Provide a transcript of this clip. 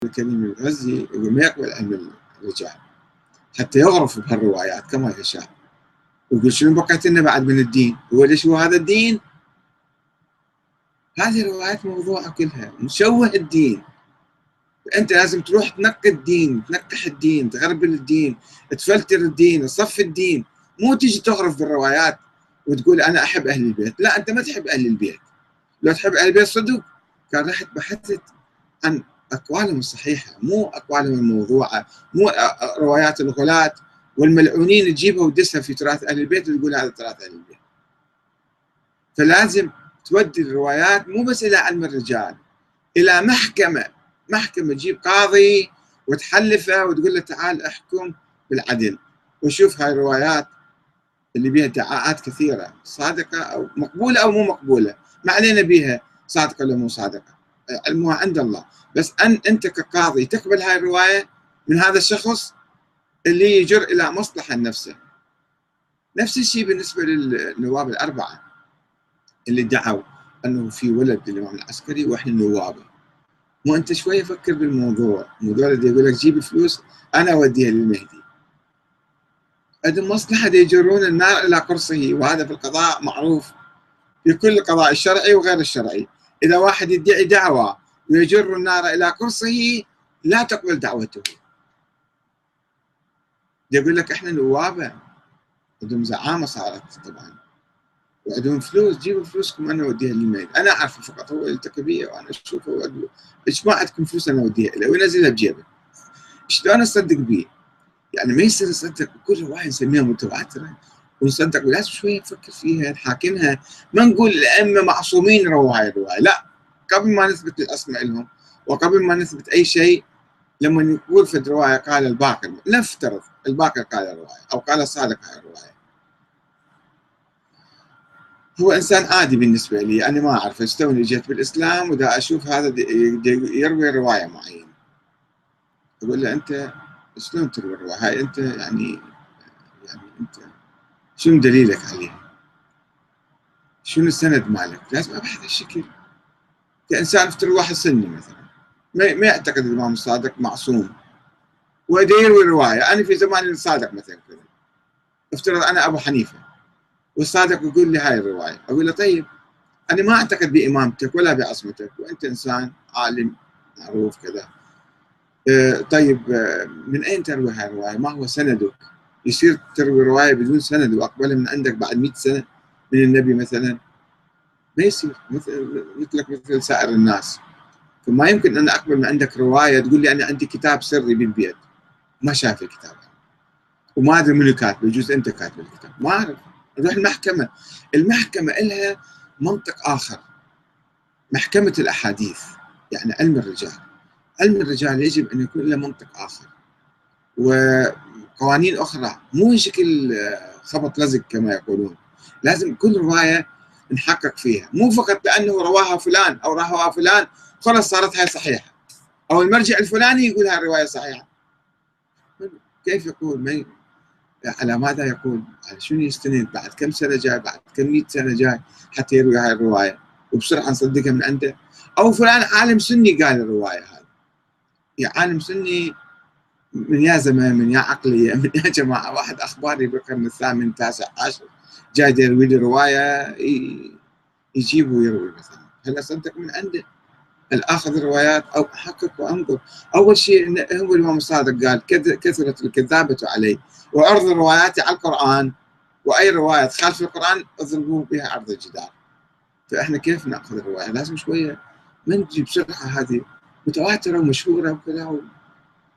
الكريم الغزي يقول ما يقبل علم الرجال حتى يغرف بهالروايات كما يشاء، ويقول شنو بقيت لنا بعد من الدين؟ هو ليش هو هذا الدين؟ هذه الروايات موضوعة كلها مشوه الدين. انت لازم تروح تنقي الدين، تنقح الدين، تغربل الدين، تفلتر الدين، تصفي الدين، مو تيجي تغرف بالروايات وتقول انا احب اهل البيت. لا، انت ما تحب اهل البيت. لو تحب اهل البيت صدق كان رحت بحثت عن اقوالهم الصحيحه، مو اقوالهم الموضوعه، مو روايات الغلاة والملعونين تجيبها وتدسها في تراث اهل البيت وتقول هذا تراث اهل البيت. فلازم تودي الروايات مو بس الى علم الرجال، الى محكمه تجيب قاضي وتحلفه وتقول له تعال احكم بالعدل، وشوف هاي الروايات اللي بيها ادعاءات كثيره صادقه او مقبوله او مو مقبوله، ما علينا بيها صادقه ولا مو صادقه، علمها عند الله. بس انت كقاضي تقبل هاي الروايه من هذا الشخص اللي يجر الى مصلحه لنفسه. نفس الشيء بالنسبه للنواب الاربعه اللي ادعوا انه في ولد للامام العسكري واحنا نوابه. مو انت شويه فكر بالموضوع، الموضوع اللي يقول لك جيب فلوس انا اوديها للمهدي، عندهم مصلحه يجرون النار الى قرصه، وهذا في القضاء معروف في كل القضاء الشرعي وغير الشرعي. اذا واحد يدعي دعوه ويجر النار الى قرصه لا تقبل دعوته. يقول لك احنا نوابه، عندهم زعامه صارت طبعا وعندهم فلوس، جيبوا فلوسكم انا اوديها للمهدي. انا اعرفه فقط، هو يلتقي بي وانا اشوفه ايش ما عندكم فلوس انا اوديها له وينزلها بجيبه. شلون اصدق بيه؟ يعني ما يصير نصدق كل روايه نسميها متواتره ونصدق، لازم شويه نفكر فيها نحاكمها. ما نقول الائمه معصومين رووا هاي الروايه، لا، قبل ما نثبت العصمه لهم وقبل ما نثبت اي شيء، لما نقول في الروايه قال الباقر، نفترض الباقر قال الروايه او قال الصادق هاي الروايه، هو انسان عادي بالنسبه لي، انا ما اعرف استوني جيت بالاسلام ودا اشوف هذا يروي روايه معينه، اقول له انت شلون تروي الروايه هاي؟ انت يعني انت شنو دليلك عليها؟ شنو السند مالك؟ لازم ابحث هالشكل. كانسان افترض واحد سني مثلا ما يعتقد الامام الصادق معصوم ودا يروي روايه، انا في زمان الصادق مثلا كذا، افترض انا ابو حنيفه والصادق يقول لي هاي الروايه، اقول له طيب انا ما اعتقد بامامتك ولا بعصمتك وانت انسان عالم معروف كذا، طيب من اين تروي هاي الروايه؟ ما هو سندك؟ يصير تروي روايه بدون سند واقبلها من عندك بعد 100 سنه من النبي مثلا؟ ما يصير، مثلك مثل سائر الناس. فما يمكن أن أقبل من عندك رواية تقول لي أنا عندي كتاب سري بالبيت ما شاف الكتاب وما أدري منو كاتبه، يجوز أنت كاتب الكتاب ما أعرف، نروح المحكمة. المحكمة لها منطق آخر، محكمة الأحاديث، يعني علم الرجال. علم الرجال يجب أن يكون له منطق آخر وقوانين أخرى، مو شكل خبط لزق كما يقولون. لازم كل رواية نحقق فيها، مو فقط لأنه رواها فلان أو رواها فلان خلاص صارت هاي صحيحة، أو المرجع الفلاني يقول هاي الرواية صحيحة. كيف يقول؟ على ماذا يقول؟ على شنو يستند؟ بعد كم سنة جاي، بعد كم 100 سنة جاي حتى يروي هاي الرواية وبسرعة نصدقها من عنده؟ أو فلان عالم سني قال الرواية هذه، يا عالم سني من يا زمان، من يا عقلية، من يا جماعة، واحد أخباري بالقرن الثامن التاسع عشر جاي يروي لي رواية يجيب ويروي مثلا، هل أصدق من عنده؟ هل آخذ الروايات أو أحقق وأنظر؟ أول شيء هو الإمام الصادق قال كثرت الكذابة علي وعرض الروايات على القرآن، وأي رواية تخالف القرآن اضربوا بها عرض الجدار. فإحنا كيف نأخذ الرواية؟ لازم شوية ما نجي بسرعة هذه متواترة ومشهورة وكذا